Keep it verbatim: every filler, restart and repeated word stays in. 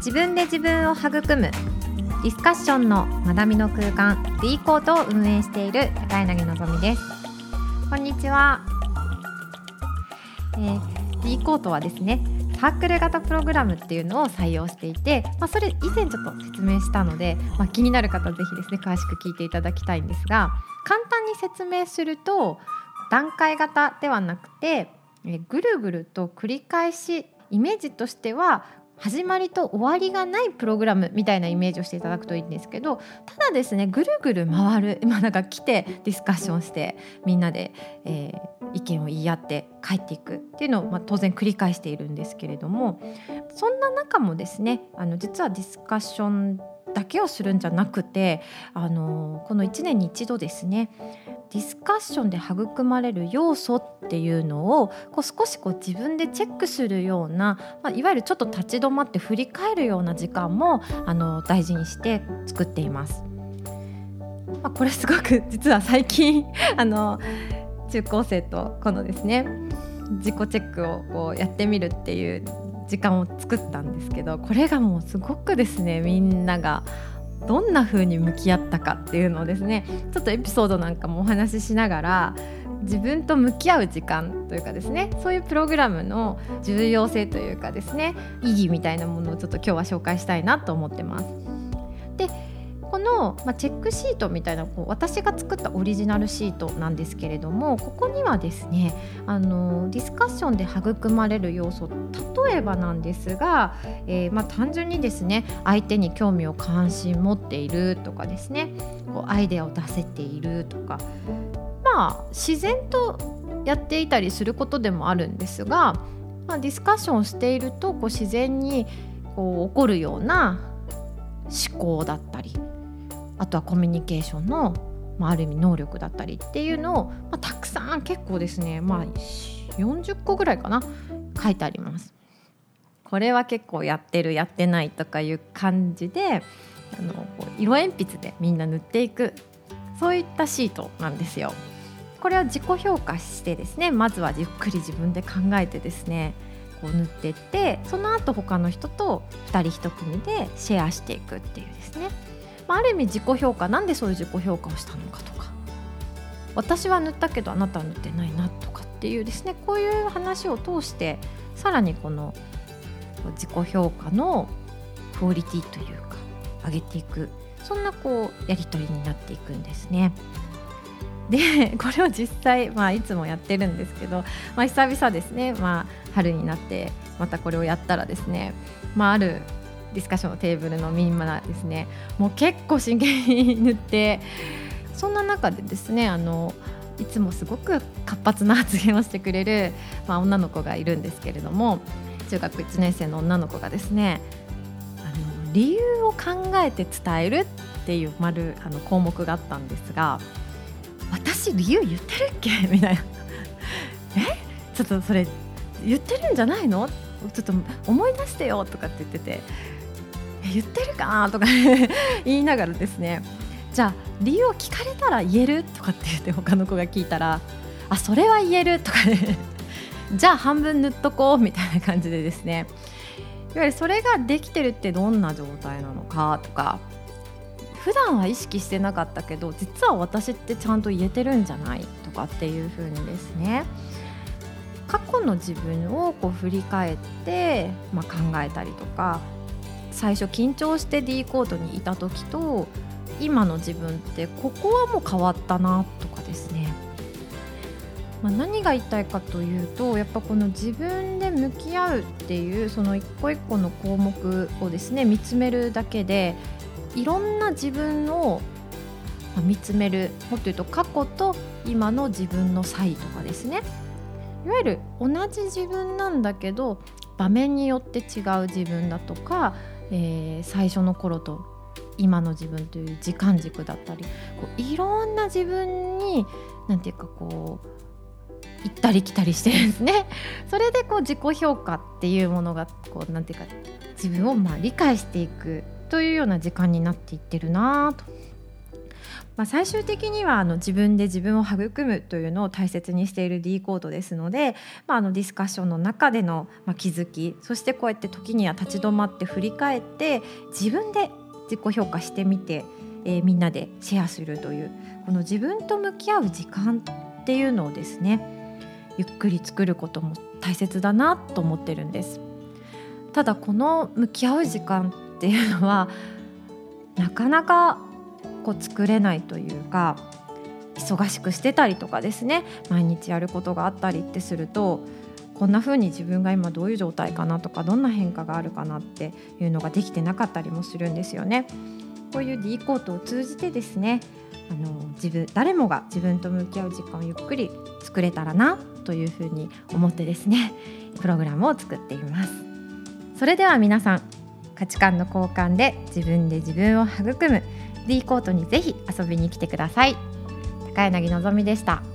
自分で自分を育むディスカッションの学びの空間 D コートを運営している高柳のぞみです。こんにちは、えー、D コートはですね、サークル型プログラムっていうのを採用していて、まあ、それ以前ちょっと説明したので、まあ、気になる方はぜひですね詳しく聞いていただきたいんですが、簡単に説明すると段階型ではなくて、えぐるぐると繰り返し、イメージとしては始まりと終わりがないプログラムみたいなイメージをしていただくといいんですけど、ただですね、ぐるぐる回る、今なんか来てディスカッションしてみんなで、えー、意見を言い合って帰っていくっていうのを、まあ、当然繰り返しているんですけれども、そんな中もですね、あの実はディスカッションだけをするんじゃなくて、あのこのいちねんに一度ですね、ディスカッションで育まれる要素っていうのをこう少しこう自分でチェックするような、まあ、いわゆるちょっと立ち止まって振り返るような時間もあの大事にして作っています。まあ、これすごく実は最近あの中高生とこのですね自己チェックをこうやってみるっていう時間を作ったんですけど、これがもうすごくですね、みんながどんな風に向き合ったかっていうのをですね、ちょっとエピソードなんかもお話ししながら、自分と向き合う時間というかですね、そういうプログラムの重要性というかですね、意義みたいなものをちょっと今日は紹介したいなと思ってます。でこの、まあ、チェックシートみたいな、こう私が作ったオリジナルシートなんですけれども、ここにはですね、あのディスカッションで育まれる要素、例えばなんですが、えーまあ、単純にですね、相手に興味を関心持っているとかですね、こうアイデアを出せているとか、まあ自然とやっていたりすることでもあるんですが、まあ、ディスカッションをしているとこう自然にこう起こるような思考だったり、あとはコミュニケーションの、まあ、ある意味能力だったりっていうのを、まあ、たくさん結構ですね、まあ、よんじゅっこぐらいかな書いてあります。これは結構やってるやってないとかいう感じで、あのこう色鉛筆でみんな塗っていく、そういったシートなんですよ。これは自己評価してですね、まずはゆっくり自分で考えてですね、こう塗っていって、その後他の人とふたりいち組でシェアしていくっていうですね、まあ、ある意味自己評価、なんでそういう自己評価をしたのかとか、私は塗ったけどあなたは塗ってないなとかっていうですね、こういう話を通してさらにこの自己評価のクオリティというか上げていく、そんなこうやり取りになっていくんですね。でこれを実際、まあ、いつもやってるんですけど、まあ、久々ですね、まあ、春になってまたこれをやったらですね、まあ、あるディスカッションのテーブルのみんなですね、もう結構真剣に塗って、そんな中でですね、あのいつもすごく活発な発言をしてくれる、まあ、女の子がいるんですけれども、中学いちねん生の女の子がですね、あの理由を考えて伝えるっていう丸あの項目があったんですが、私理由言ってるっけみたいなえちょっとそれ言ってるんじゃないの、ちょっと思い出してよとかって言ってて、言ってるかなとか言いながらですね、じゃあ理由を聞かれたら言えるとかって言って他の子が聞いたら、あそれは言えるとかねじゃあ半分塗っとこうみたいな感じでですね、いわゆるそれができてるってどんな状態なのかとか、普段は意識してなかったけど実は私ってちゃんと言えてるんじゃないとかっていう風にですね、過去の自分をこう振り返って、まあ、考えたりとか、最初緊張して D コートにいた時と今の自分ってここはもう変わったなとかですね、まあ、何が言いたいかというと、やっぱこの自分で向き合うっていうその一個一個の項目をですね見つめるだけで、いろんな自分を見つめる、もっと言うと過去と今の自分の差異とかですね、いわゆる同じ自分なんだけど場面によって違う自分だとか、えー、最初の頃と今の自分という時間軸だったり、こういろんな自分になんていうかこう行ったり来たりしてるんですね。それでこう自己評価っていうものがこうなんていうか自分をまあ理解していくというような時間になっていってるなと。 まあ、最終的にはあの自分で自分を育むというのを大切にしている D コードですので、まあ、あのディスカッションの中でのまあ気づき、そしてこうやって時には立ち止まって振り返って自分で自己評価してみて、えー、みんなでシェアするというこの自分と向き合う時間っていうのをですね、ゆっくり作ることも大切だなと思ってるんです。ただこの向き合う時間っていうのはなかなかこう作れないというか、忙しくしてたりとかですね、毎日やることがあったりってすると、こんな風に自分が今どういう状態かなとか、どんな変化があるかなっていうのができてなかったりもするんですよね。こういう D コートを通じてですね、あの自分誰もが自分と向き合う時間をゆっくり作れたらなというふうに思ってですね、プログラムを作っています。それでは皆さん、価値観の交換で自分で自分を育む D コートにぜひ遊びに来てください。高柳のぞみでした。